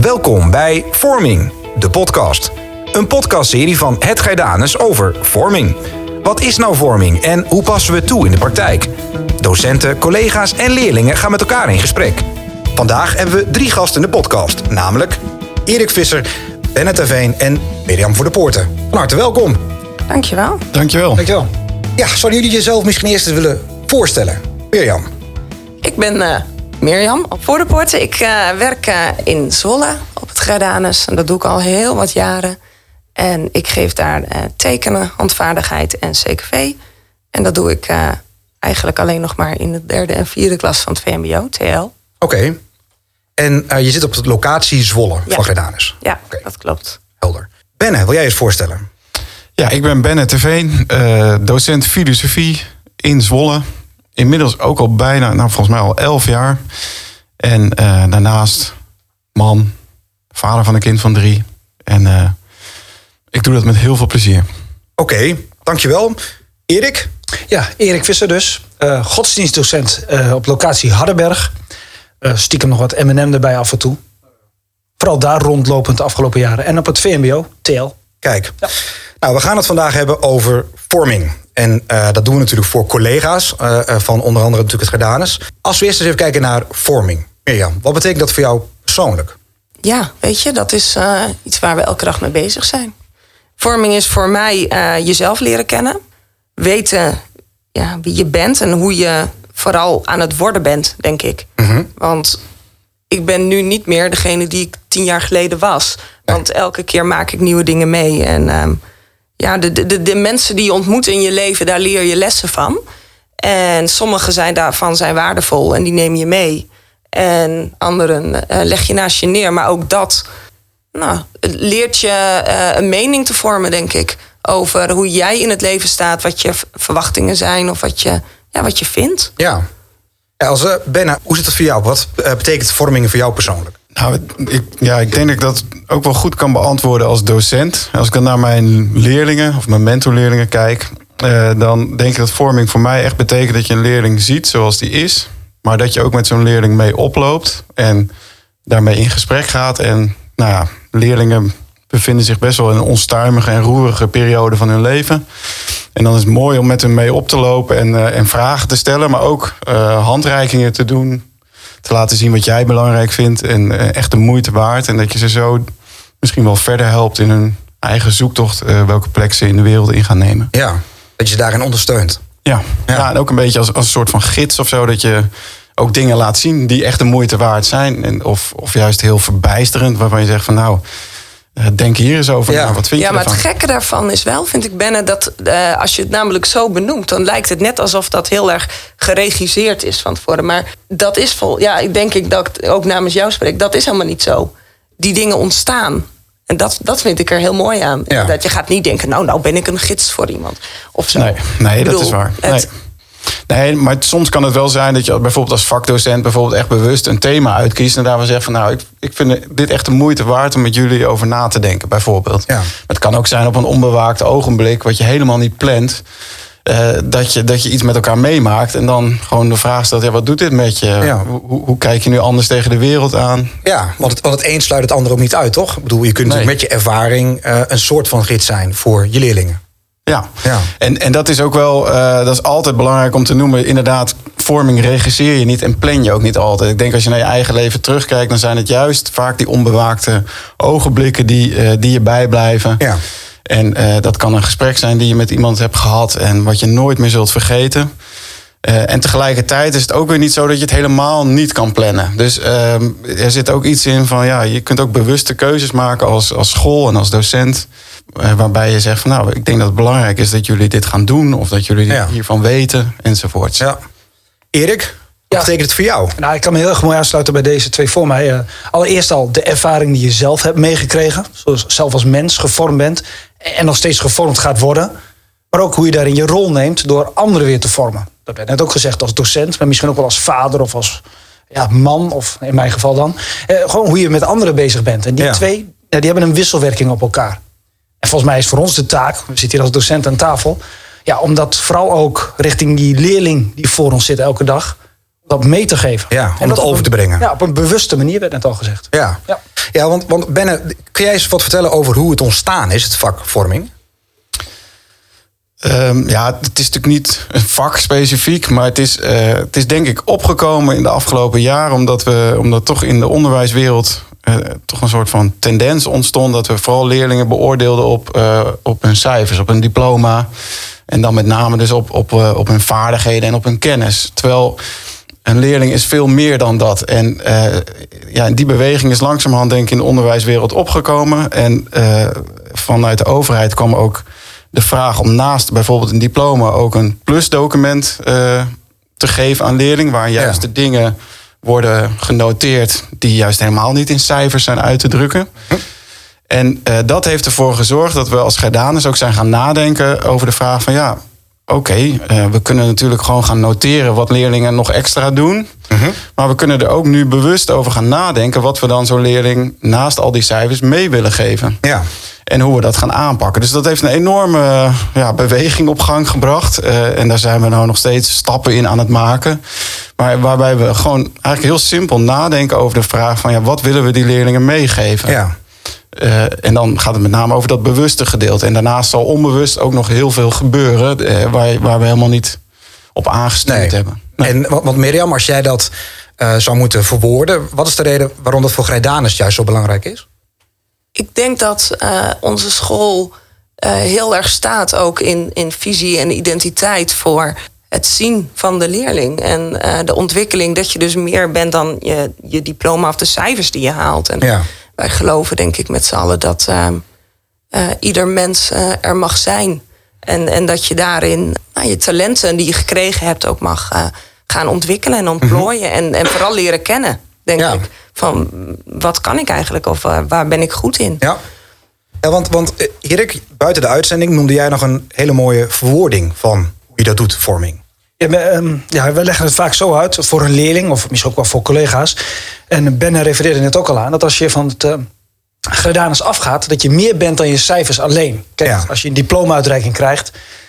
Welkom bij Vorming, de podcast. Een podcastserie van Het Grijdanus over vorming. Wat is nou vorming en hoe passen we het toe in de praktijk? Docenten, collega's en leerlingen gaan met elkaar in gesprek. Vandaag hebben we 3 gasten in de podcast, namelijk Erik Visser, Benne Terveen en Mirjam voor de Poorten. Van harte welkom. Dankjewel. Dankjewel. Ja, zouden jullie jezelf misschien eerst eens willen voorstellen? Mirjam. Ik ben Mirjam voor de Poorten. Ik werk in Zwolle op het Grijdanus. En dat doe ik al heel wat jaren. En ik geef daar tekenen, handvaardigheid en CKV. En dat doe ik eigenlijk alleen nog maar in de 3e en 4e klas van het VMBO, TL. Oké. En je zit op de locatie Zwolle van Grijdanus. Ja, dat klopt. Helder. Benne, wil jij eens voorstellen? Ja, ik ben Benne Terveen, docent filosofie in Zwolle. Inmiddels ook al bijna, volgens mij al 11 jaar. En daarnaast man, vader van een kind van 3. En ik doe dat met heel veel plezier. Oké, dankjewel. Erik? Ja, Erik Visser dus. Godsdienstdocent op locatie Hardenberg. Stiekem nog wat M&M erbij af en toe. Vooral daar rondlopend de afgelopen jaren. En op het VMBO, TL. Kijk, nou, we gaan het vandaag hebben over vorming. En dat doen we natuurlijk voor collega's van onder andere natuurlijk het Grijdanus. Als we eerst eens even kijken naar vorming. Mirjam, wat betekent dat voor jou persoonlijk? Ja, weet je, dat is iets waar we elke dag mee bezig zijn. Vorming is voor mij jezelf leren kennen. Weten wie je bent en hoe je vooral aan het worden bent, denk ik. Mm-hmm. Want ik ben nu niet meer degene die ik 10 jaar geleden was. Want elke keer maak ik nieuwe dingen mee. En de mensen die je ontmoet in je leven, daar leer je lessen van. En sommige daarvan zijn waardevol en die neem je mee. En anderen leg je naast je neer. Maar ook dat leert je een mening te vormen, denk ik. Over hoe jij in het leven staat, wat je verwachtingen zijn of wat je vindt. Ja. Benne, hoe zit het voor jou? Wat betekent vorming voor jou persoonlijk? Nou, ik denk dat ik dat ook wel goed kan beantwoorden als docent. Als ik dan naar mijn leerlingen of mijn mentorleerlingen kijk, dan denk ik dat vorming voor mij echt betekent dat je een leerling ziet zoals die is. Maar dat je ook met zo'n leerling mee oploopt en daarmee in gesprek gaat. En leerlingen bevinden zich best wel in een onstuimige en roerige periode van hun leven. En dan is het mooi om met hen mee op te lopen en vragen te stellen, maar ook handreikingen te doen. Te laten zien wat jij belangrijk vindt en echt de moeite waard. En dat je ze zo misschien wel verder helpt in hun eigen zoektocht, welke plek ze in de wereld in gaan nemen. Ja, dat je ze daarin ondersteunt. Ja, en ook een beetje als een soort van gids of zo, dat je ook dingen laat zien die echt de moeite waard zijn. En of juist heel verbijsterend, waarvan je zegt van denk hier eens over. Ja. Wat vind je maar ervan? Het gekke daarvan is wel, vind ik, Benne, dat als je het namelijk zo benoemt, dan lijkt het net alsof dat heel erg geregisseerd is van tevoren. Maar dat is ik denk dat ik ook namens jou spreek, dat is helemaal niet zo. Die dingen ontstaan. En dat vind ik er heel mooi aan. Ja. Dat je gaat niet denken, nou ben ik een gids voor iemand. Of zo. Nee, dat is waar. Nee, maar soms kan het wel zijn dat je bijvoorbeeld als vakdocent echt bewust een thema uitkiest en daarvan zegt van ik vind dit echt de moeite waard om met jullie over na te denken, bijvoorbeeld. Ja. Het kan ook zijn op een onbewaakt ogenblik wat je helemaal niet plant. Dat je iets met elkaar meemaakt en dan gewoon de vraag stelt, wat doet dit met je? Ja. Hoe kijk je nu anders tegen de wereld aan? Ja, want het een sluit het ander ook niet uit, toch? Ik bedoel, je kunt natuurlijk met je ervaring een soort van gids zijn voor je leerlingen. Ja. En dat is ook wel, dat is altijd belangrijk om te noemen. Inderdaad, vorming regisseer je niet en plan je ook niet altijd. Ik denk als je naar je eigen leven terugkijkt, dan zijn het juist vaak die onbewaakte ogenblikken die je bijblijven. Ja. En dat kan een gesprek zijn die je met iemand hebt gehad en wat je nooit meer zult vergeten. En tegelijkertijd is het ook weer niet zo dat je het helemaal niet kan plannen. Dus er zit ook iets in van je kunt ook bewuste keuzes maken als school en als docent. Waarbij je zegt van ik denk dat het belangrijk is dat jullie dit gaan doen of dat jullie hiervan weten enzovoort. Ja. Erik, wat betekent het voor jou? Nou, ik kan me heel erg mooi aansluiten bij deze 2 voor mij. Allereerst al de ervaring die je zelf hebt meegekregen. Zoals zelf als mens gevormd bent en nog steeds gevormd gaat worden. Maar ook hoe je daarin je rol neemt door anderen weer te vormen. Dat werd net ook gezegd als docent, maar misschien ook wel als vader of als man, of in mijn geval dan. Gewoon hoe je met anderen bezig bent. En die 2, die hebben een wisselwerking op elkaar. En volgens mij is voor ons de taak, we zitten hier als docent aan tafel, om dat vooral ook richting die leerling die voor ons zit elke dag, dat mee te geven. Ja, om het over te brengen. Ja, op een bewuste manier werd net al gezegd. Ja, want Benne, kun jij eens wat vertellen over hoe het ontstaan is, het vak vorming? Het is natuurlijk niet een vak specifiek, maar het is denk ik opgekomen in de afgelopen jaren, omdat toch in de onderwijswereld toch een soort van tendens ontstond dat we vooral leerlingen beoordeelden op hun cijfers, op hun diploma. En dan met name dus op hun vaardigheden en op hun kennis. Terwijl een leerling is veel meer dan dat. En die beweging is langzamerhand denk ik in de onderwijswereld opgekomen. En vanuit de overheid kwam ook de vraag om naast bijvoorbeeld een diploma ook een plusdocument te geven aan leerling, waar juist de dingen worden genoteerd die juist helemaal niet in cijfers zijn uit te drukken. En dat heeft ervoor gezorgd dat we als Geidanus ook zijn gaan nadenken over de vraag van we kunnen natuurlijk gewoon gaan noteren wat leerlingen nog extra doen. Maar we kunnen er ook nu bewust over gaan nadenken wat we dan zo'n leerling naast al die cijfers mee willen geven. Ja. En hoe we dat gaan aanpakken. Dus dat heeft een enorme beweging op gang gebracht. En daar zijn we nou nog steeds stappen in aan het maken. Maar waarbij we gewoon eigenlijk heel simpel nadenken over de vraag van wat willen we die leerlingen meegeven? Ja. En dan gaat het met name over dat bewuste gedeelte. En daarnaast zal onbewust ook nog heel veel gebeuren waar we helemaal niet op aangestuurd hebben. Nee. En want Mirjam, als jij dat zou moeten verwoorden, wat is de reden waarom dat voor Greidanus juist zo belangrijk is? Ik denk dat onze school heel erg staat ook in visie en identiteit voor het zien van de leerling. En de ontwikkeling dat je dus meer bent dan je diploma of de cijfers die je haalt. En wij geloven denk ik met z'n allen dat ieder mens er mag zijn. En dat je daarin je talenten die je gekregen hebt ook mag gaan ontwikkelen en ontplooien. En vooral leren kennen, denk ik. Van wat kan ik eigenlijk of waar ben ik goed in? Ja, want Erik, buiten de uitzending noemde jij nog een hele mooie verwoording van hoe je dat doet, vorming. We leggen het vaak zo uit voor een leerling of misschien ook wel voor collega's. En Ben refereerde net ook al aan dat als je van het Greidanus afgaat, dat je meer bent dan je cijfers alleen. Kijk, als je een diploma-uitreiking krijgt,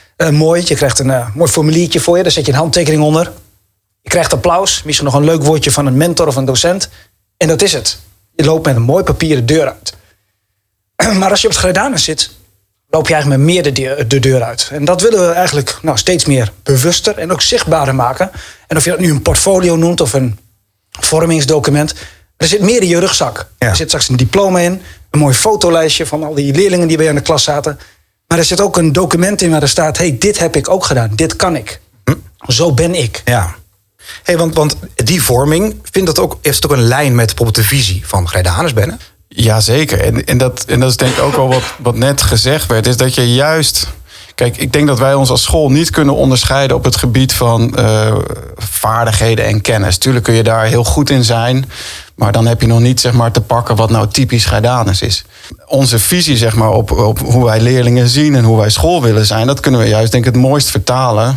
je krijgt een mooi formuliertje voor je, daar zet je een handtekening onder. Je krijgt applaus, misschien nog een leuk woordje van een mentor of een docent. En dat is het. Je loopt met een mooi papier de deur uit. Maar als je op het Greidanus zit, loop je eigenlijk met meer de deur uit. En dat willen we eigenlijk steeds meer bewuster en ook zichtbaarder maken. En of je dat nu een portfolio noemt of een vormingsdocument, er zit meer in je rugzak. Ja. Er zit straks een diploma in, een mooi fotolijstje van al die leerlingen die bij je in de klas zaten. Maar er zit ook een document in waar er staat, dit heb ik ook gedaan, dit kan ik. Zo ben ik. Ja. Want die vorming, heeft dat ook een lijn met bijvoorbeeld de visie van Greidanus, Benne? Jazeker. En dat is denk ik ook al wat net gezegd werd, is dat je juist... Kijk, ik denk dat wij ons als school niet kunnen onderscheiden op het gebied van vaardigheden en kennis. Tuurlijk kun je daar heel goed in zijn, maar dan heb je nog niet te pakken wat nou typisch Greidanus is. Onze visie op hoe wij leerlingen zien en hoe wij school willen zijn, dat kunnen we juist denk ik het mooist vertalen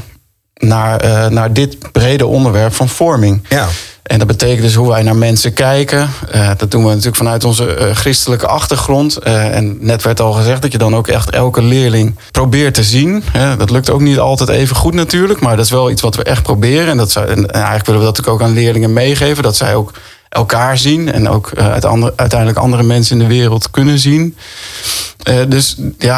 naar dit brede onderwerp van vorming. Ja. En dat betekent dus hoe wij naar mensen kijken. Dat doen we natuurlijk vanuit onze christelijke achtergrond. En net werd al gezegd dat je dan ook echt elke leerling probeert te zien. Dat lukt ook niet altijd even goed natuurlijk. Maar dat is wel iets wat we echt proberen. En eigenlijk willen we dat natuurlijk ook aan leerlingen meegeven. Dat zij ook elkaar zien. En ook uiteindelijk andere mensen in de wereld kunnen zien. Dus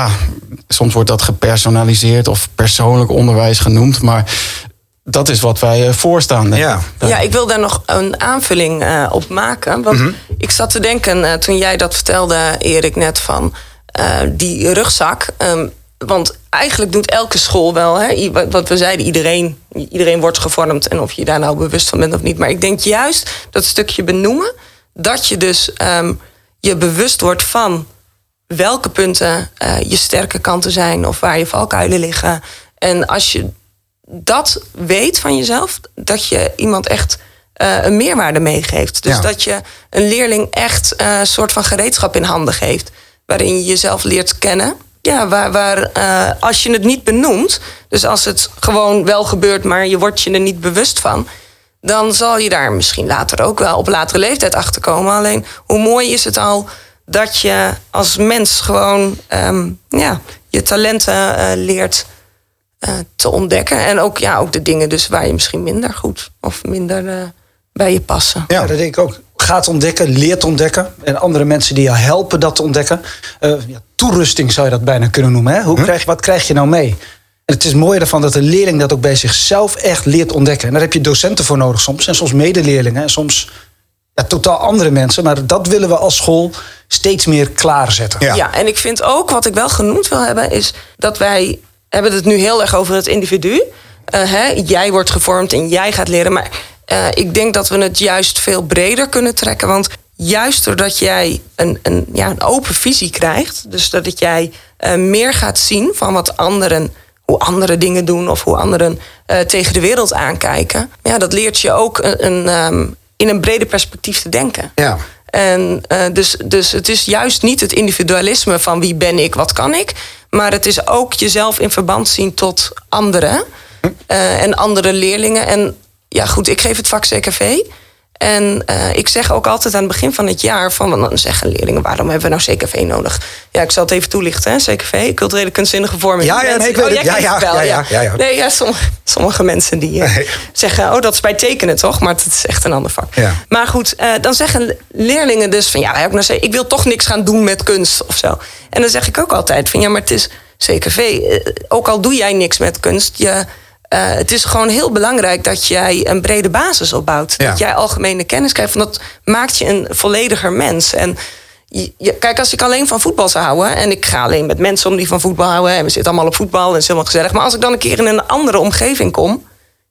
soms wordt dat gepersonaliseerd of persoonlijk onderwijs genoemd. Maar dat is wat wij voorstaan. Ja, ik wil daar nog een aanvulling op maken. Want ik zat te denken, toen jij dat vertelde, Erik, net van die rugzak. Want eigenlijk doet elke school wel, wat we zeiden, iedereen wordt gevormd. En of je daar nou bewust van bent of niet. Maar ik denk juist dat stukje benoemen, dat je dus je bewust wordt van welke punten je sterke kanten zijn of waar je valkuilen liggen. En als je dat weet van jezelf, dat je iemand echt een meerwaarde meegeeft. Dus dat je een leerling echt een soort van gereedschap in handen geeft, waarin je jezelf leert kennen. Ja, waar als je het niet benoemt, dus als het gewoon wel gebeurt, maar je wordt je er niet bewust van, dan zal je daar misschien later ook wel op latere leeftijd achter komen. Alleen, hoe mooi is het al dat je als mens gewoon je talenten leert te ontdekken. En ook de dingen dus waar je misschien minder goed of minder bij je passen. Ja, dat denk ik ook. Gaat ontdekken, leert ontdekken. En andere mensen die je helpen dat te ontdekken. Toerusting zou je dat bijna kunnen noemen. Hè? Wat krijg je nou mee? En het is mooie ervan dat de leerling dat ook bij zichzelf echt leert ontdekken. En daar heb je docenten voor nodig soms. En soms medeleerlingen. En soms totaal andere mensen. Maar dat willen we als school steeds meer klaarzetten. Ja, en ik vind ook, wat ik wel genoemd wil hebben, is dat wij hebben het nu heel erg over het individu. Jij wordt gevormd en jij gaat leren. Maar ik denk dat we het juist veel breder kunnen trekken. Want juist doordat jij een open visie krijgt. Dus dat jij meer gaat zien van hoe anderen dingen doen. Of hoe anderen tegen de wereld aankijken. Ja, dat leert je ook in een breder perspectief te denken. Ja. En dus het is juist niet het individualisme van wie ben ik, wat kan ik. Maar het is ook jezelf in verband zien tot anderen. En andere leerlingen. En ja goed, ik geef het vak CKV. En ik zeg ook altijd aan het begin van het jaar dan zeggen leerlingen, waarom hebben we nou CKV nodig? Ja, ik zal het even toelichten, CKV, culturele kunstzinnige vorming. Ja, nee, ik weet het. Nee, sommige mensen die zeggen, dat is bij tekenen toch? Maar het is echt een ander vak. Ja. Maar goed, dan zeggen leerlingen dus van, ik wil toch niks gaan doen met kunst of zo. En dan zeg ik ook altijd van, maar het is CKV. Ook al doe jij niks met kunst, het is gewoon heel belangrijk dat jij een brede basis opbouwt. Ja. Dat jij algemene kennis krijgt. Want dat maakt je een vollediger mens. En kijk, als ik alleen van voetbal zou houden, en ik ga alleen met mensen om die van voetbal houden, en we zitten allemaal op voetbal en het is helemaal gezellig. Maar als ik dan een keer in een andere omgeving kom,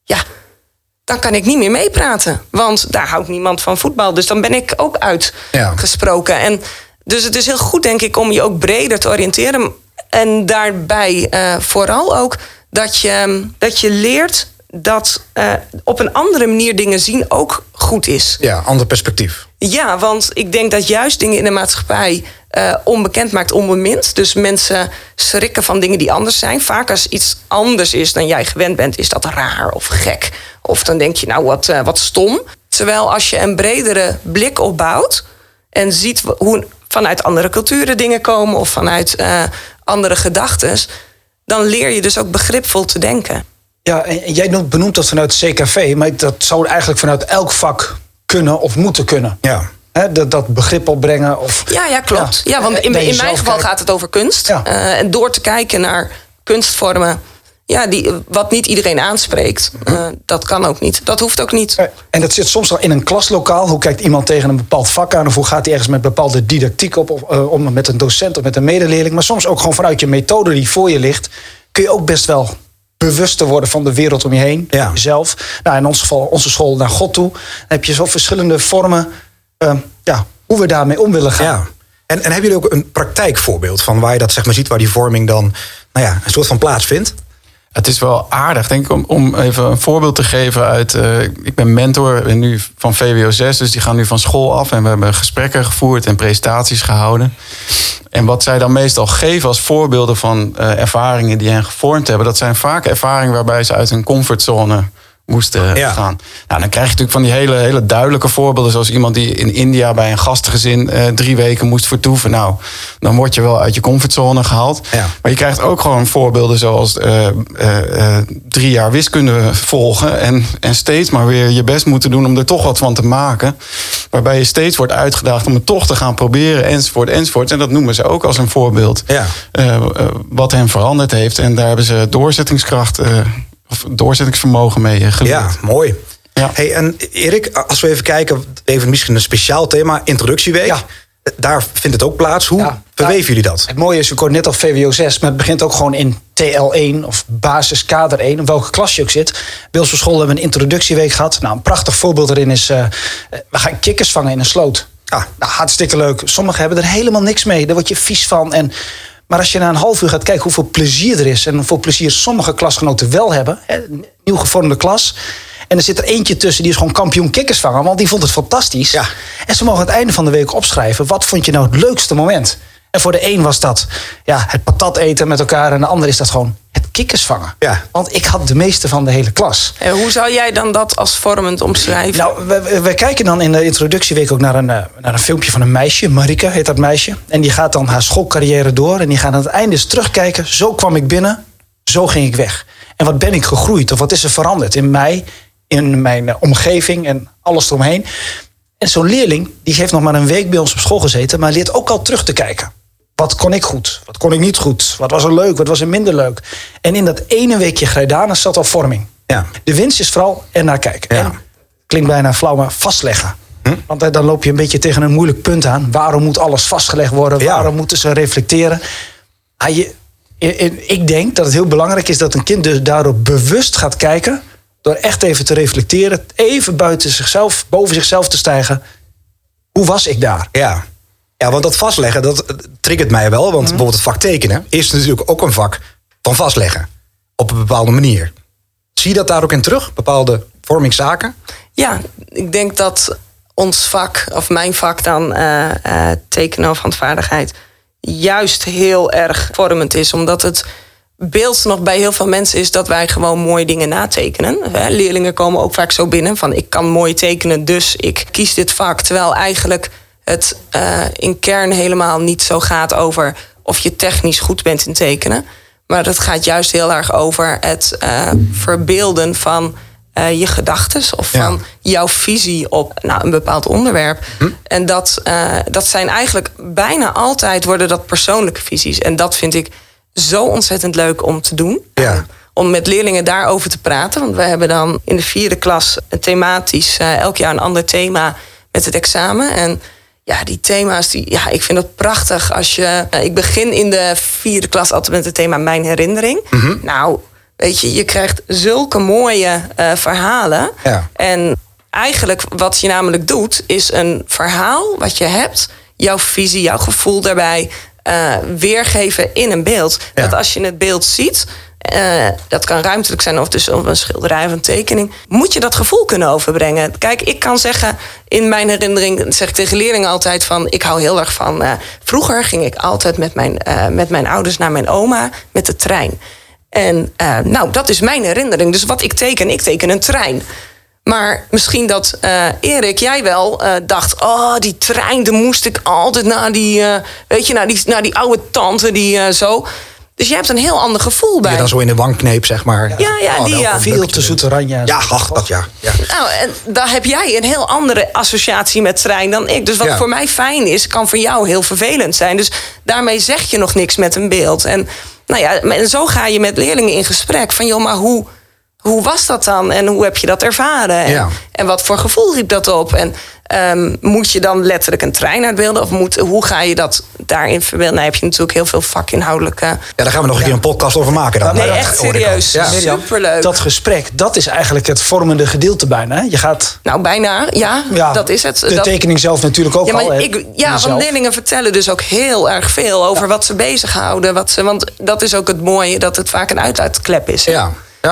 dan kan ik niet meer meepraten. Want daar houdt niemand van voetbal. Dus dan ben ik ook uitgesproken. Ja. En dus het is heel goed, denk ik, om je ook breder te oriënteren. En daarbij vooral ook dat je leert dat op een andere manier dingen zien ook goed is. Ja, ander perspectief. Ja, want ik denk dat juist dingen in de maatschappij onbekend maakt onbemind. Dus mensen schrikken van dingen die anders zijn. Vaak als iets anders is dan jij gewend bent, is dat raar of gek. Of dan denk je, wat stom. Terwijl als je een bredere blik opbouwt en ziet hoe vanuit andere culturen dingen komen of vanuit andere gedachtes, dan leer je dus ook begripvol te denken. Ja, en jij benoemt dat vanuit CKV, maar dat zou eigenlijk vanuit elk vak kunnen of moeten kunnen. Ja. Dat begrip opbrengen. Ja, klopt. Ja, want in mijn geval gaat het over kunst. Ja. En door te kijken naar kunstvormen, wat niet iedereen aanspreekt, dat kan ook niet. Dat hoeft ook niet. En dat zit soms al in een klaslokaal. Hoe kijkt iemand tegen een bepaald vak aan? Of hoe gaat hij ergens met bepaalde didactiek om met een docent of met een medeleerling? Maar soms ook gewoon vanuit je methode die voor je ligt, kun je ook best wel bewuster worden van de wereld om je heen. Ja. Jezelf. In ons geval onze school naar God toe. Dan heb je zo verschillende vormen hoe we daarmee om willen gaan. Ja. En hebben jullie ook een praktijkvoorbeeld van waar je dat ziet, waar die vorming dan een soort van plaatsvindt? Het is wel aardig, denk ik, om even een voorbeeld te geven uit. Ik ben mentor nu van VWO 6, dus die gaan nu van school af. En we hebben gesprekken gevoerd en presentaties gehouden. En wat zij dan meestal geven als voorbeelden van ervaringen die hen gevormd hebben, dat zijn vaak ervaringen waarbij ze uit hun comfortzone moesten gaan. Nou, dan krijg je natuurlijk van die hele duidelijke voorbeelden, zoals iemand die in India bij een gastgezin 3 weken moest vertoeven. Nou, dan word je wel uit je comfortzone gehaald. Ja. Maar je krijgt ook gewoon voorbeelden zoals 3 jaar wiskunde volgen en steeds maar weer je best moeten doen om er toch wat van te maken. Waarbij je steeds wordt uitgedaagd om het toch te gaan proberen, enzovoort, enzovoort. En dat noemen ze ook als een voorbeeld. Ja. Wat hen veranderd heeft. En daar hebben ze doorzettingskracht of doorzettingsvermogen mee geleerd. Ja, mooi. Ja. Hey, en Erik, als we even kijken, even misschien een speciaal thema, introductieweek. Ja. Daar vindt het ook plaats. Hoe verweven jullie dat? Het mooie is, we komen net al VWO 6, maar het begint ook gewoon in TL1 of basiskader 1, op welke klas je ook zit. Bij ons op school hebben we een introductieweek gehad. Nou, een prachtig voorbeeld erin is, we gaan kikkers vangen in een sloot. Nou, hartstikke leuk. Sommigen hebben er helemaal niks mee. Daar word je vies van. Maar als je na een half uur gaat kijken hoeveel plezier er is en hoeveel plezier sommige klasgenoten wel hebben, nieuw gevormde klas. En er zit er eentje tussen, die is gewoon kampioen kikkers vangen, want die vond het fantastisch. Ja. En ze mogen aan het einde van de week opschrijven, wat vond je nou het leukste moment? En voor de een was dat het patat eten met elkaar, en de ander is dat gewoon het kikkers vangen. Ja. Want ik had de meeste van de hele klas. En hoe zou jij dan dat als vormend omschrijven? Nou, we kijken dan in de introductieweek ook naar een filmpje van een meisje. Marike heet dat meisje. En die gaat dan haar schoolcarrière door. En die gaat aan het einde eens terugkijken. Zo kwam ik binnen, zo ging ik weg. En wat ben ik gegroeid? Of wat is er veranderd in mij, in mijn omgeving en alles eromheen? En zo'n leerling, die heeft nog maar een week bij ons op school gezeten, maar leert ook al terug te kijken. Wat kon ik goed? Wat kon ik niet goed? Wat was er leuk? Wat was er minder leuk? En in dat ene weekje Grijdanus zat al vorming. Ja. De winst is vooral ernaar kijken. Ja. En, klinkt bijna flauw, maar vastleggen. Want dan loop je een beetje tegen een moeilijk punt aan. Waarom moet alles vastgelegd worden? Ja. Waarom moeten ze reflecteren? Ik denk dat het heel belangrijk is dat een kind dus daardoor bewust gaat kijken. Door echt even te reflecteren. Even boven zichzelf te stijgen. Hoe was ik daar? Ja. Ja, want dat vastleggen, dat triggert mij wel. Want bijvoorbeeld het vak tekenen is natuurlijk ook een vak van vastleggen. Op een bepaalde manier. Zie je dat daar ook in terug? Bepaalde vormingszaken? Ja, ik denk dat ons vak, of mijn vak dan, tekenen of handvaardigheid, juist heel erg vormend is. Omdat het beeld nog bij heel veel mensen is dat wij gewoon mooie dingen natekenen. Leerlingen komen ook vaak zo binnen van ik kan mooi tekenen, dus ik kies dit vak. Terwijl eigenlijk het in kern helemaal niet zo gaat over of je technisch goed bent in tekenen. Maar het gaat juist heel erg over het verbeelden van je gedachtes of van jouw visie op een bepaald onderwerp. En dat zijn eigenlijk bijna altijd worden dat persoonlijke visies. En dat vind ik zo ontzettend leuk om te doen. Ja. Om met leerlingen daarover te praten. Want we hebben dan in de 4e klas thematisch elk jaar een ander thema met het examen. En ja, die thema's, ik vind het prachtig als ik begin in de 4e klas altijd met het thema Mijn Herinnering. Nou, weet je krijgt zulke mooie verhalen. Ja. En eigenlijk wat je namelijk doet, is een verhaal wat je hebt, jouw visie, jouw gevoel daarbij weergeven in een beeld. Ja. Dat als je het beeld ziet, dat kan ruimtelijk zijn of dus een schilderij of een tekening, moet je dat gevoel kunnen overbrengen. Kijk, ik kan zeggen, in mijn herinnering zeg ik tegen leerlingen altijd van, ik hou heel erg van, vroeger ging ik altijd met mijn ouders naar mijn oma met de trein. En dat is mijn herinnering. Dus wat ik teken een trein. Maar misschien dat Erik, jij wel dacht, die trein, dan moest ik altijd naar naar die oude tante die zo. Dus je hebt een heel ander gevoel bij. Die je dan zo in de wang kneep, zeg maar. Veel te zoet oranje. Ja, dat ja. Nou, en daar heb jij een heel andere associatie met trein dan ik. Dus wat voor mij fijn is, kan voor jou heel vervelend zijn. Dus daarmee zeg je nog niks met een beeld. En zo ga je met leerlingen in gesprek. Van joh, maar hoe was dat dan? En hoe heb je dat ervaren? En wat voor gevoel riep dat op? En moet je dan letterlijk een trein uitbeelden? Of hoe ga je dat daarin verbeelden? Nou, heb je natuurlijk heel veel vakinhoudelijke. Ja, daar gaan we nog een keer een podcast over maken dan. Nee, echt serieus. Ja. Superleuk. Dat gesprek, dat is eigenlijk het vormende gedeelte bijna. Hè? Je gaat. Nou, bijna, ja, dat is het. De tekening zelf natuurlijk ook al. Want leerlingen vertellen dus ook heel erg veel over wat ze bezighouden. Want dat is ook het mooie, dat het vaak een uitlaatklep is. Ja.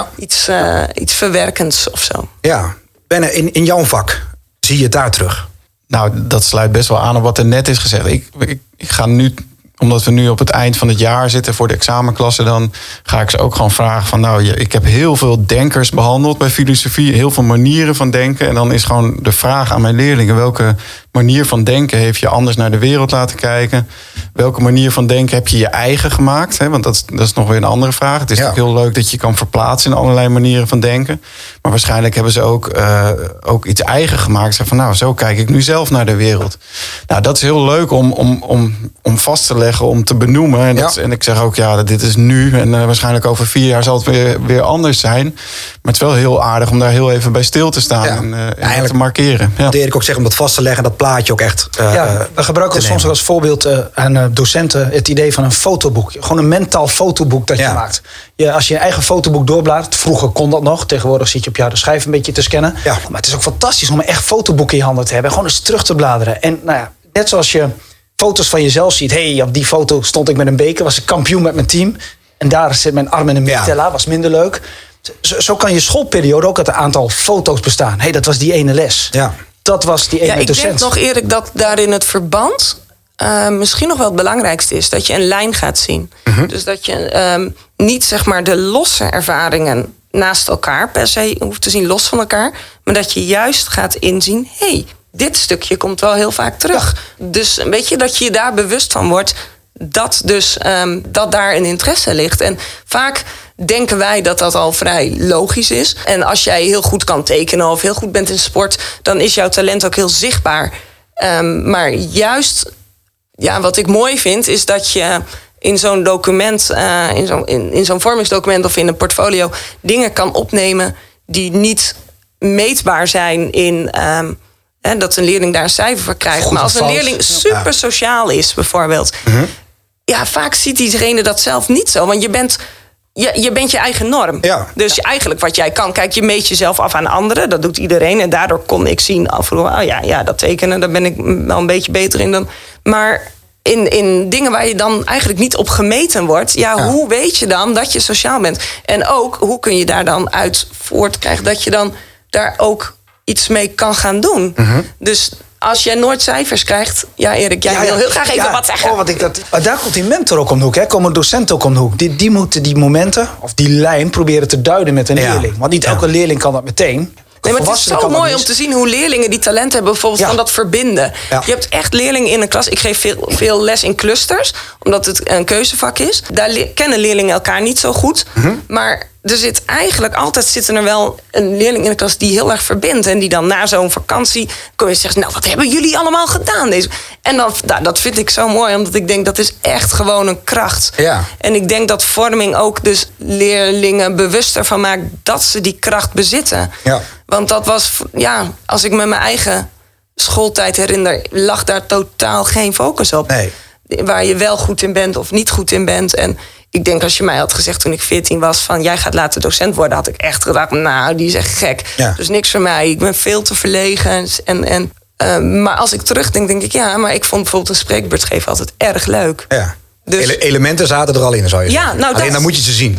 Iets verwerkends of zo. Ja. Benne, in jouw vak, zie je het daar terug? Nou, dat sluit best wel aan op wat er net is gezegd. Ik ga nu, omdat we nu op het eind van het jaar zitten voor de examenklassen, dan ga ik ze ook gewoon vragen van, ik heb heel veel denkers behandeld bij filosofie, heel veel manieren van denken. En dan is gewoon de vraag aan mijn leerlingen, welke manier van denken heeft je anders naar de wereld laten kijken? Welke manier van denken heb je eigen gemaakt? Want dat is nog weer een andere vraag. Het is natuurlijk heel leuk dat je kan verplaatsen in allerlei manieren van denken. Maar waarschijnlijk hebben ze ook iets eigen gemaakt. Zeg van, zo kijk ik nu zelf naar de wereld. Nou, dat is heel leuk om vast te leggen, om te benoemen. En ik zeg ook, dit is nu. En waarschijnlijk over 4 jaar zal het weer anders zijn. Maar het is wel heel aardig om daar heel even bij stil te staan. En te markeren. Ja. Dat deed ik ook zeggen om dat vast te leggen. Dat plaatje ook echt we gebruiken soms ook als voorbeeld aan docenten het idee van een fotoboek. Gewoon een mentaal fotoboek dat je maakt. Als je je eigen fotoboek doorbladert, vroeger kon dat nog. Tegenwoordig zit je op de schijf een beetje te scannen. Ja. Maar het is ook fantastisch om een echt fotoboek in je handen te hebben. Gewoon eens terug te bladeren. En net zoals je foto's van jezelf ziet. Op die foto stond ik met een beker, was ik kampioen met mijn team. En daar zit mijn arm in een mitella, was minder leuk. Zo kan je schoolperiode ook uit een aantal foto's bestaan. Dat was die ene les. Ja. Dat was die ene docent. Ik denk nog Erik dat daarin het verband misschien nog wel het belangrijkste is. Dat je een lijn gaat zien. Dus dat je niet zeg maar de losse ervaringen naast elkaar per se hoeft te zien, los van elkaar. Maar dat je juist gaat inzien, dit stukje komt wel heel vaak terug. Dus weet je, dat je daar bewust van wordt. dat daar een interesse ligt. En vaak denken wij dat dat al vrij logisch is. En als jij heel goed kan tekenen of heel goed bent in sport, dan is jouw talent ook heel zichtbaar. Maar juist, wat ik mooi vind, is dat je in zo'n document, in zo'n vormingsdocument of in een portfolio, dingen kan opnemen die niet meetbaar zijn in dat een leerling daar een cijfer voor krijgt. Goed maar als een fout. leerling super sociaal is, bijvoorbeeld, vaak ziet diegene dat zelf niet zo. Want je bent je eigen norm. Ja. Dus eigenlijk wat jij kan, kijk, je meet jezelf af aan anderen. Dat doet iedereen. En daardoor kon ik zien af en toe, dat tekenen, daar ben ik wel een beetje beter in dan. Maar in dingen waar je dan eigenlijk niet op gemeten wordt, hoe weet je dan dat je sociaal bent? En ook, hoe kun je daar dan uit voortkrijgen dat je dan daar ook iets mee kan gaan doen? Dus als jij nooit cijfers krijgt, Erik, jij wil heel graag even wat zeggen. Maar daar komt die mentor ook om de hoek, hè? Komen docenten ook om de hoek. Die moeten die momenten of die lijn proberen te duiden met een leerling. Want niet elke leerling kan dat meteen. Nee, maar het is zo mooi om te zien hoe leerlingen die talent hebben, bijvoorbeeld van dat verbinden. Ja. Je hebt echt leerlingen in een klas. Ik geef veel les in clusters, omdat het een keuzevak is. Daar kennen leerlingen elkaar niet zo goed. Maar er zitten er wel een leerling in de klas die heel erg verbindt. En die dan na zo'n vakantie kun je zeggen, nou, wat hebben jullie allemaal gedaan? En dan, dat vind ik zo mooi, omdat ik denk dat is echt gewoon een kracht. Ja. En ik denk dat vorming ook dus leerlingen bewuster van maakt dat ze die kracht bezitten. Ja. Want dat was, als ik me mijn eigen schooltijd herinner, lag daar totaal geen focus op. Nee. Waar je wel goed in bent of niet goed in bent. En ik denk als je mij had gezegd toen ik 14 was van jij gaat later docent worden, had ik echt gedacht, nou, die is echt gek. Ja. Dus niks voor mij. Ik ben veel te verlegen. Maar als ik terugdenk, denk ik, maar ik vond bijvoorbeeld een spreekbeurt geven altijd erg leuk. Ja. Dus, Elementen zaten er al in, zou je zeggen. nou, Alleen dan moet je ze zien.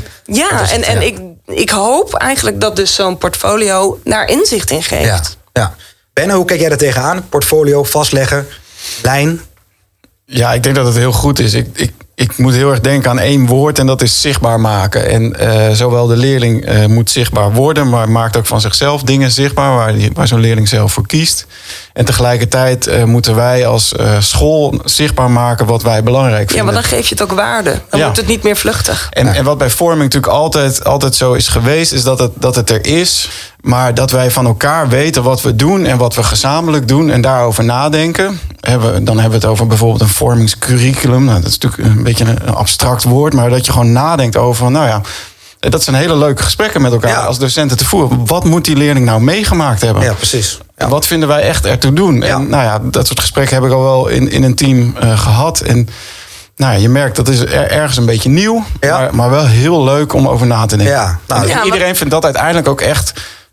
Ik hoop eigenlijk dat dus zo'n portfolio daar inzicht in geeft. Ja. Benno, hoe kijk jij er tegenaan? Portfolio, vastleggen, lijn? Ja, ik denk dat het heel goed is. Ik moet heel erg denken aan één woord en dat is zichtbaar maken. En zowel de leerling moet zichtbaar worden, maar maakt ook van zichzelf dingen zichtbaar waar zo'n leerling zelf voor kiest. En tegelijkertijd moeten wij als school zichtbaar maken wat wij belangrijk vinden. Ja, maar dan geef je het ook waarde. Dan wordt het niet meer vluchtig. En wat bij vorming natuurlijk altijd zo is geweest, is dat het er is. Maar dat wij van elkaar weten wat we doen en wat we gezamenlijk doen en daarover nadenken. Dan hebben we het over bijvoorbeeld een vormingscurriculum. Nou, dat is natuurlijk een beetje een abstract woord, maar dat je gewoon nadenkt over, dat zijn hele leuke gesprekken met elkaar als docenten te voeren. Wat moet die leerling nou meegemaakt hebben? Ja, precies. Ja. Wat vinden wij echt ertoe doen? Ja. En dat soort gesprekken heb ik al wel in een team gehad. En je merkt dat is ergens een beetje nieuw, maar wel heel leuk om over na te denken. Ja. Iedereen vindt dat uiteindelijk ook echt.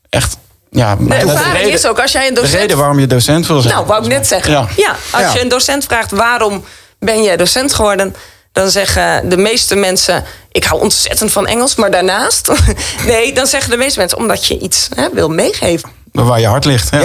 De ervaring is ook als jij een docent. De reden waarom je docent wil zijn. Nou, wou ik net zeggen. Als je een docent vraagt waarom ben je docent geworden, dan zeggen de meeste mensen, ik hou ontzettend van Engels, maar daarnaast, nee, dan zeggen de meeste mensen omdat je iets wil meegeven. Waar je hart ligt.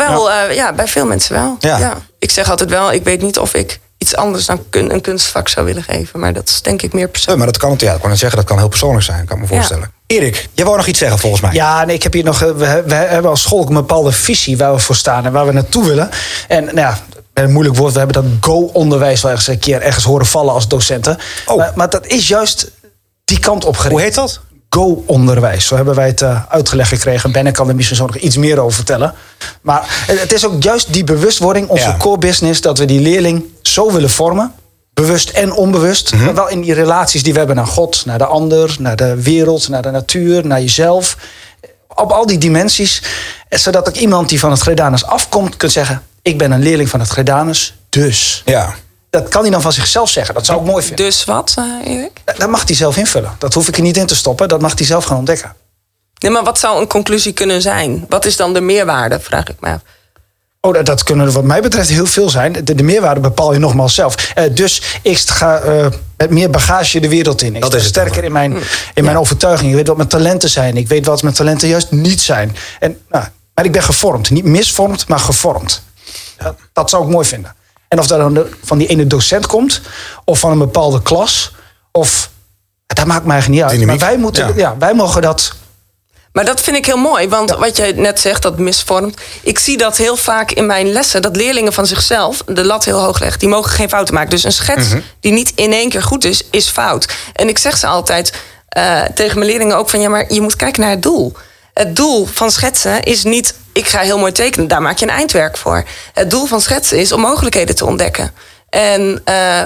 Bij veel mensen wel. Ja. Ik zeg altijd wel, ik weet niet of ik iets anders dan een kunstvak zou willen geven, maar dat is denk ik meer persoonlijk. Maar dat kan, ik kan het zeggen, dat kan heel persoonlijk zijn, kan ik me voorstellen. Erik, jij wou nog iets zeggen volgens mij. Ja, nee, ik heb hier nog. We hebben als school ook een bepaalde visie waar we voor staan en waar we naartoe willen. En met een moeilijk woord, we hebben dat go-onderwijs wel eens een keer ergens horen vallen als docenten. Maar dat is juist die kant op gericht. Hoe heet dat? Go-onderwijs. Zo hebben wij het uitgelegd gekregen. Ben, ik kan er misschien zo nog iets meer over vertellen. Maar het is ook juist die bewustwording, onze core business, dat we die leerling zo willen vormen. Bewust en onbewust. Maar wel in die relaties die we hebben naar God, naar de ander, naar de wereld, naar de natuur, naar jezelf. Op al die dimensies. Zodat ook iemand die van het Gredanus afkomt, kunt zeggen, ik ben een leerling van het Gredanus, dus. Ja. Dat kan hij dan van zichzelf zeggen. Dat zou ik mooi vinden. Dus wat, Erik? Dat mag hij zelf invullen. Dat hoef ik er niet in te stoppen. Dat mag hij zelf gaan ontdekken. Nee, maar wat zou een conclusie kunnen zijn? Wat is dan de meerwaarde, vraag ik me af. Dat kunnen er wat mij betreft heel veel zijn. De meerwaarde bepaal je nogmaals zelf. Dus ik ga met meer bagage de wereld in. Ik sta sterker in mijn overtuiging. Ik weet wat mijn talenten zijn. Ik weet wat mijn talenten juist niet zijn. Maar ik ben gevormd. Niet misvormd, maar gevormd. Dat zou ik mooi vinden. En of dat dan van die ene docent komt, of van een bepaalde klas, of dat maakt mij eigenlijk niet uit. Dynamiek. Maar wij mogen dat. Maar dat vind ik heel mooi, want wat jij net zegt, dat misvormt. Ik zie dat heel vaak in mijn lessen, dat leerlingen van zichzelf de lat heel hoog leggen. Die mogen geen fouten maken. Dus een schets die niet in één keer goed is fout. En ik zeg ze altijd tegen mijn leerlingen ook van... ja, maar je moet kijken naar het doel. Het doel van schetsen is niet... ik ga heel mooi tekenen, daar maak je een eindwerk voor. Het doel van schetsen is om mogelijkheden te ontdekken. En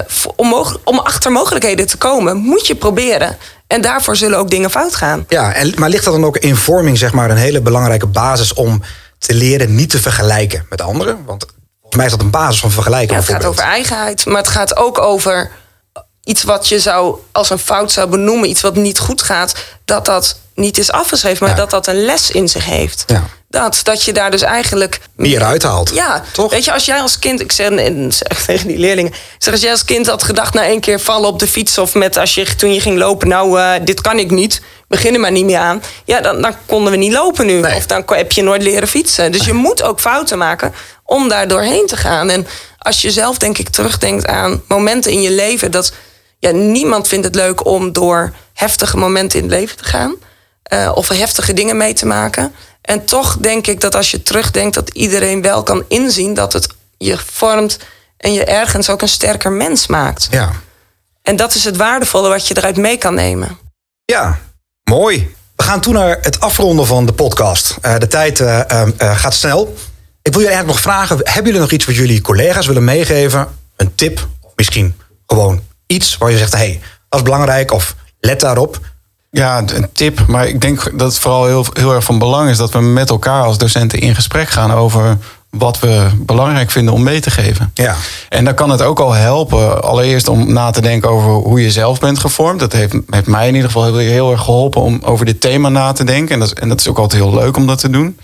om achter mogelijkheden te komen, moet je proberen. En daarvoor zullen ook dingen fout gaan. Ja, maar ligt dat dan ook in vorming zeg maar een hele belangrijke basis om te leren niet te vergelijken met anderen? Want volgens mij is dat een basis van vergelijken. Ja, het gaat over eigenheid, maar het gaat ook over iets wat je zou als een fout zou benoemen, iets wat niet goed gaat, dat niet is afgeschreven, maar dat een les in zich heeft. Ja. Dat je daar dus eigenlijk meer uithaalt. Ja, toch? Weet je, als jij als kind, ik zeg tegen die leerlingen, als jij als kind had gedacht na 1 keer vallen op de fiets of met toen je ging lopen, dit kan ik niet, begin er maar niet meer aan. Ja, dan konden we niet lopen nu. Nee. Of dan heb je nooit leren fietsen. Dus je moet ook fouten maken om daar doorheen te gaan. En als je zelf, denk ik, terugdenkt aan momenten in je leven dat niemand vindt het leuk om door heftige momenten in het leven te gaan. Of heftige dingen mee te maken. En toch denk ik dat als je terugdenkt, dat iedereen wel kan inzien dat het je vormt en je ergens ook een sterker mens maakt. Ja. En dat is het waardevolle wat je eruit mee kan nemen. Ja, mooi. We gaan toe naar het afronden van de podcast. De tijd gaat snel. Ik wil jullie eigenlijk nog vragen, hebben jullie nog iets wat jullie collega's willen meegeven? Een tip of misschien gewoon iets waar je zegt, hey, dat is belangrijk of let daarop. Ja, een tip. Maar ik denk dat het vooral heel erg van belang is dat we met elkaar als docenten in gesprek gaan over wat we belangrijk vinden om mee te geven. Ja. En dan kan het ook al helpen, allereerst om na te denken over hoe je zelf bent gevormd. Dat heeft mij in ieder geval heel erg geholpen om over dit thema na te denken. En dat is ook altijd heel leuk om dat te doen.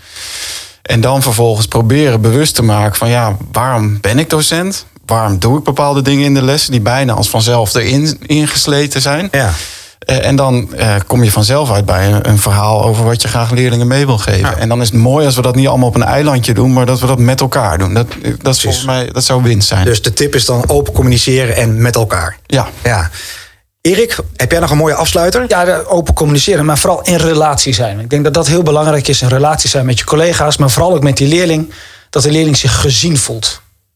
En dan vervolgens proberen bewust te maken van waarom ben ik docent? Waarom doe ik bepaalde dingen in de lessen die bijna als vanzelf erin ingesleten zijn? Ja. En dan kom je vanzelf uit bij een verhaal over wat je graag leerlingen mee wil geven. Ja. En dan is het mooi als we dat niet allemaal op een eilandje doen, maar dat we dat met elkaar doen. Dat is volgens mij, dat zou winst zijn. Dus de tip is dan open communiceren en met elkaar. Ja. Erik, heb jij nog een mooie afsluiter? Ja, open communiceren, maar vooral in relatie zijn. Ik denk dat dat heel belangrijk is, in relatie zijn met je collega's, maar vooral ook met die leerling, dat de leerling zich gezien voelt.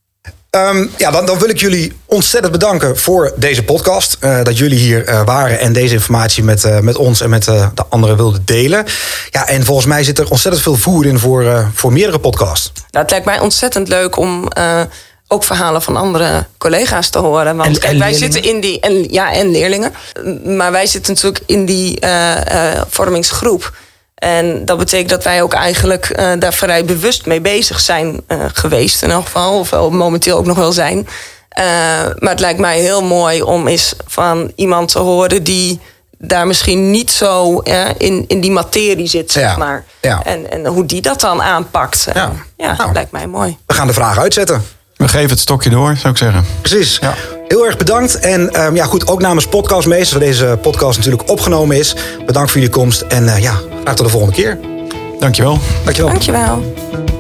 Dan wil ik jullie ontzettend bedanken voor deze podcast. Dat jullie hier waren en deze informatie met ons en met de anderen wilden delen. Ja, en volgens mij zit er ontzettend veel voer in voor meerdere podcasts. Nou, het lijkt mij ontzettend leuk om ook verhalen van andere collega's te horen. Want en wij zitten in die... En leerlingen. Maar wij zitten natuurlijk in die vormingsgroep. En dat betekent dat wij ook eigenlijk daar vrij bewust mee bezig zijn geweest in elk geval. Of momenteel ook nog wel zijn. Maar het lijkt mij heel mooi om eens van iemand te horen die daar misschien niet zo in die materie zit, zeg maar. Ja. En hoe die dat dan aanpakt. Dat lijkt mij mooi. We gaan de vraag uitzetten. We geven het stokje door, zou ik zeggen. Precies. Ja. Heel erg bedankt. En ook namens Podcastmeesters, waar deze podcast natuurlijk opgenomen is. Bedankt voor jullie komst. En graag tot de volgende keer. Dankjewel. Dankjewel.